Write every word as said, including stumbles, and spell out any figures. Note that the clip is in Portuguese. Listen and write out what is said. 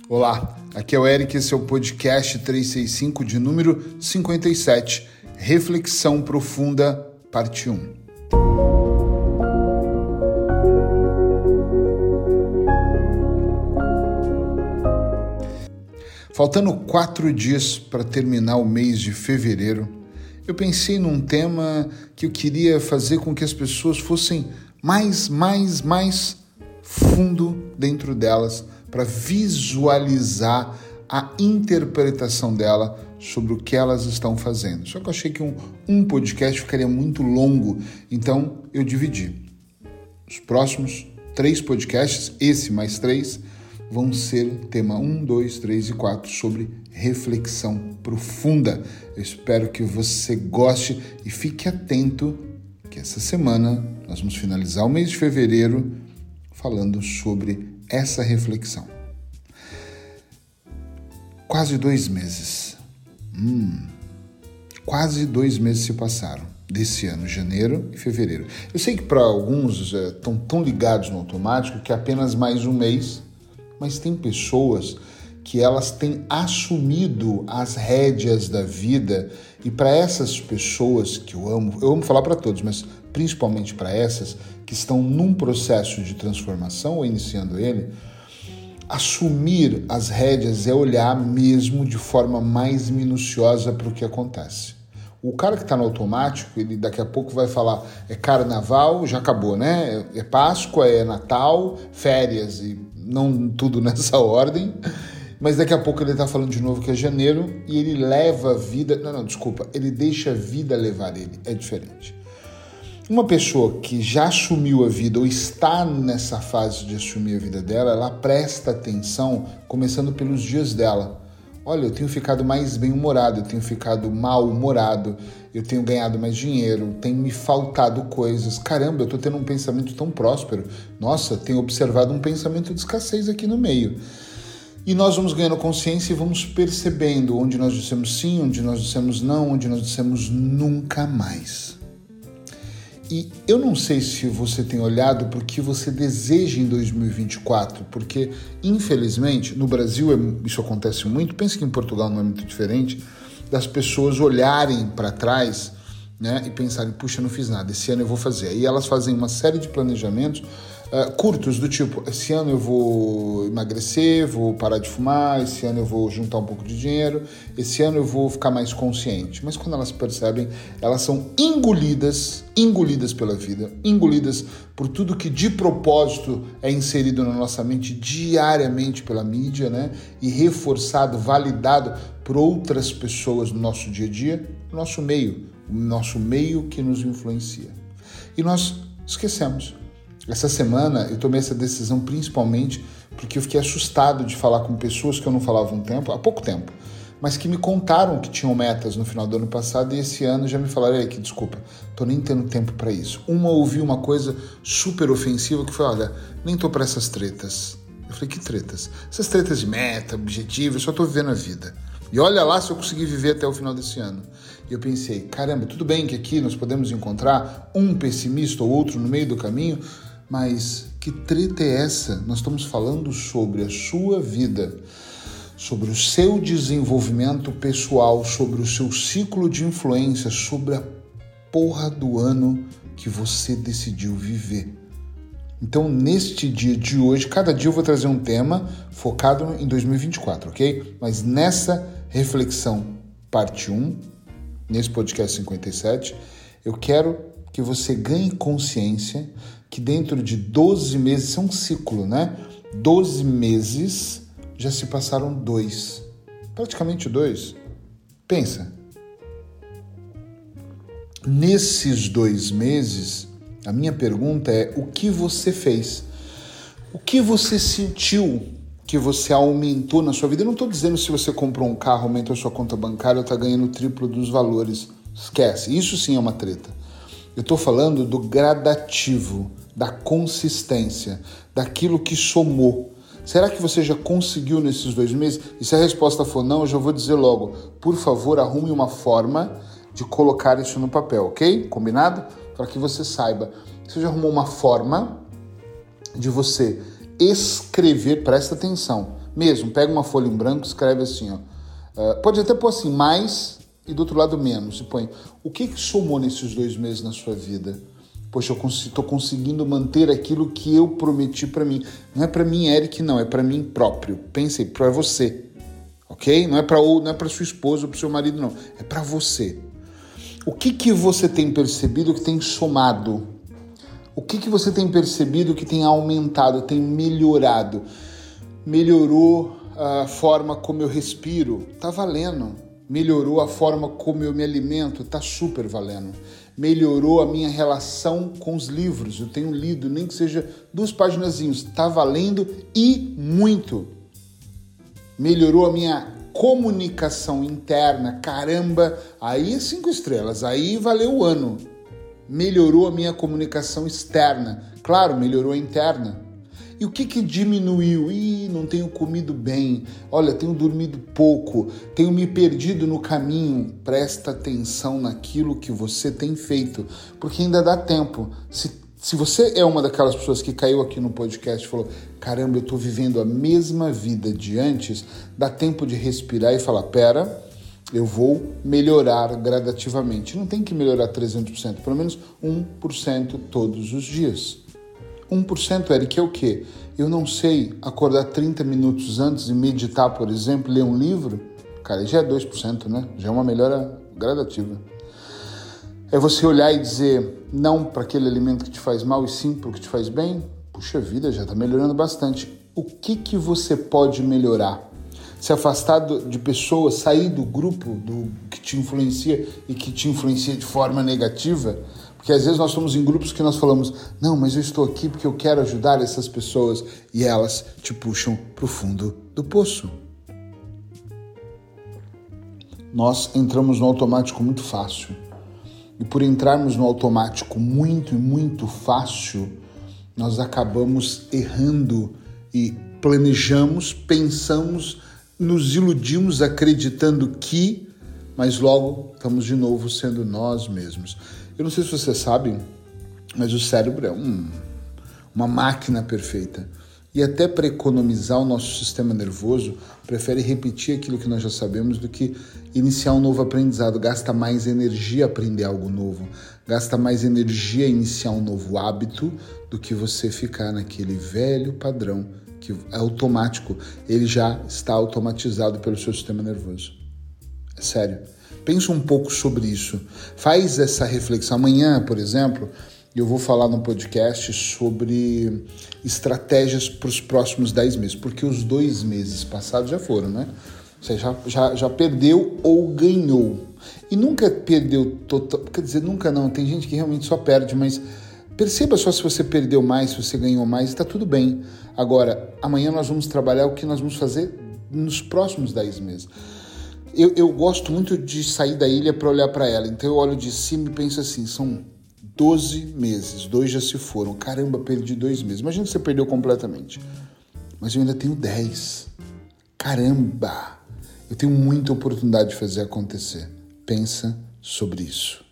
Olá, aqui é o Eric, esse é o podcast trezentos e sessenta e cinco de número cinquenta e sete, Reflexão Profunda, parte um. Faltando quatro dias para terminar o mês de fevereiro, eu pensei num tema que eu queria fazer com que as pessoas fossem mais, mais, mais fundo dentro delas, para visualizar a interpretação dela sobre o que elas estão fazendo. Só que eu achei que um, um podcast ficaria muito longo, então eu dividi. Os próximos três podcasts, esse mais três, vão ser tema um, dois, três e quatro sobre reflexão profunda. Eu espero que você goste e fique atento que essa semana nós vamos finalizar o mês de fevereiro falando sobre essa reflexão. Quase dois meses. Hum, quase dois meses se passaram desse ano, janeiro e fevereiro. Eu sei que para alguns estão é, tão ligados no automático que é apenas mais um mês, mas tem pessoas que elas têm assumido as rédeas da vida, e para essas pessoas que eu amo, eu amo falar para todos, mas principalmente para essas que estão num processo de transformação ou iniciando ele, assumir as rédeas é olhar mesmo de forma mais minuciosa para o que acontece. O cara que está no automático, ele daqui a pouco vai falar, é carnaval, já acabou, né? É Páscoa, é Natal, férias, e não tudo nessa ordem, mas daqui a pouco ele está falando de novo que é janeiro e ele leva a vida, não, não, desculpa, ele deixa a vida levar ele, é diferente. Uma pessoa que já assumiu a vida ou está nessa fase de assumir a vida dela, ela presta atenção, começando pelos dias dela. Olha, eu tenho ficado mais bem-humorado, eu tenho ficado mal-humorado, eu tenho ganhado mais dinheiro, tem me faltado coisas. Caramba, eu estou tendo um pensamento tão próspero. Nossa, tenho observado um pensamento de escassez aqui no meio. E nós vamos ganhando consciência e vamos percebendo onde nós dissemos sim, onde nós dissemos não, onde nós dissemos nunca mais. E eu não sei se você tem olhado para o que você deseja em dois mil e vinte e quatro, porque, infelizmente, no Brasil isso acontece muito, penso que em Portugal não é muito diferente, das pessoas olharem para trás, né, e pensarem, puxa, não fiz nada, esse ano eu vou fazer. Aí elas fazem uma série de planejamentos uh, curtos, do tipo, esse ano eu vou emagrecer, vou parar de fumar, esse ano eu vou juntar um pouco de dinheiro, esse ano eu vou ficar mais consciente. Mas quando elas percebem, elas são engolidas, engolidas pela vida, engolidas por tudo que de propósito é inserido na nossa mente diariamente pela mídia, né? E reforçado, validado por outras pessoas no nosso dia a dia, no nosso meio, o nosso meio que nos influencia. E nós esquecemos. Essa semana eu tomei essa decisão principalmente porque eu fiquei assustado de falar com pessoas que eu não falava há um tempo, há pouco tempo, mas que me contaram que tinham metas no final do ano passado e esse ano já me falaram, que desculpa, tô nem tendo tempo para isso. Uma ouviu uma coisa super ofensiva que foi, olha, nem tô para essas tretas. Eu falei, que tretas? Essas tretas de meta, objetivo, eu só tô vivendo a vida. E olha lá se eu conseguir viver até o final desse ano. E eu pensei, caramba, tudo bem que aqui nós podemos encontrar um pessimista ou outro no meio do caminho, mas que treta é essa? Nós estamos falando sobre a sua vida, sobre o seu desenvolvimento pessoal, sobre o seu ciclo de influência, sobre a porra do ano que você decidiu viver. Então, neste dia de hoje, cada dia eu vou trazer um tema focado em dois mil e vinte e quatro, ok? Mas nessa reflexão, parte um, nesse podcast cinquenta e sete, eu quero que você ganhe consciência que dentro de doze meses, isso é um ciclo, né? doze meses, já se passaram dois. Praticamente dois. Pensa. Nesses dois meses, a minha pergunta é, o que você fez? O que você sentiu que você aumentou na sua vida? Eu não estou dizendo se você comprou um carro, aumentou a sua conta bancária ou está ganhando o triplo dos valores. Esquece, isso sim é uma treta. Eu estou falando do gradativo, da consistência, daquilo que somou. Será que você já conseguiu nesses dois meses? E se a resposta for não, eu já vou dizer logo, por favor, arrume uma forma de colocar isso no papel, ok? Combinado? Para que você saiba. Você já arrumou uma forma de você escrever, presta atenção, Mesmo, pega uma folha em branco, escreve assim, ó. Uh, pode até pôr assim, mais e do outro lado menos. E põe, o que que somou nesses dois meses na sua vida? Poxa, eu estou conseguindo manter aquilo que eu prometi para mim. Não é para mim, Eric, não, é para mim próprio. Pense aí, para você, ok? Não é para não é para sua esposa ou para seu marido, não. É para você. O que que você tem percebido que tem somado? O que que você tem percebido que tem aumentado, tem melhorado? Melhorou a forma como eu respiro? Tá valendo. Melhorou a forma como eu me alimento? Tá super valendo. Melhorou a minha relação com os livros. Eu tenho lido, nem que seja duas paginazinhas. Tá valendo e muito. Melhorou a minha comunicação interna. Caramba, aí é cinco estrelas. Aí valeu o ano. Melhorou a minha comunicação externa. Claro, melhorou a interna. E o que que diminuiu? Ih, não tenho comido bem, olha, tenho dormido pouco, tenho me perdido no caminho. Presta atenção naquilo que você tem feito, porque ainda dá tempo. Se, se você é uma daquelas pessoas que caiu aqui no podcast e falou, caramba, eu estou vivendo a mesma vida de antes, dá tempo de respirar e falar, pera, eu vou melhorar gradativamente. Não tem que melhorar trezentos por cento, pelo menos um por cento todos os dias. um por cento, Eric, é o quê? Eu não sei acordar trinta minutos antes e meditar, por exemplo, ler um livro? Cara, já é dois por cento, né? Já é uma melhora gradativa. É você olhar e dizer não para aquele alimento que te faz mal e sim para o que te faz bem? Puxa vida, já está melhorando bastante. O que que você pode melhorar? Se afastar de pessoas, sair do grupo do que te influencia e que te influencia de forma negativa? Porque às vezes nós somos em grupos que nós falamos, não, mas eu estou aqui porque eu quero ajudar essas pessoas, e elas te puxam para o fundo do poço. Nós entramos no automático muito fácil. E por entrarmos no automático muito e muito fácil, nós acabamos errando e planejamos, pensamos, nos iludimos acreditando que, mas logo estamos de novo sendo nós mesmos. Eu não sei se você sabe, mas o cérebro é um, uma máquina perfeita. E até para economizar o nosso sistema nervoso, prefere repetir aquilo que nós já sabemos do que iniciar um novo aprendizado. Gasta mais energia aprender algo novo. Gasta mais energia iniciar um novo hábito do que você ficar naquele velho padrão que é automático. Ele já está automatizado pelo seu sistema nervoso. É sério. Pensa um pouco sobre isso. Faz essa reflexão. Amanhã, por exemplo, eu vou falar no podcast sobre estratégias para os próximos dez meses, porque os dois meses passados já foram, né? Você já, já, já perdeu ou ganhou. E nunca perdeu total... Quer dizer, nunca não. Tem gente que realmente só perde, mas perceba só se você perdeu mais, se você ganhou mais, está tudo bem. Agora, amanhã nós vamos trabalhar o que nós vamos fazer nos próximos dez meses. Eu, eu gosto muito de sair da ilha para olhar para ela. Então eu olho de cima e penso assim, são doze meses, dois já se foram. Caramba, perdi dois meses. Imagina que você perdeu completamente. Mas eu ainda tenho dez. Caramba, eu tenho muita oportunidade de fazer acontecer. Pensa sobre isso.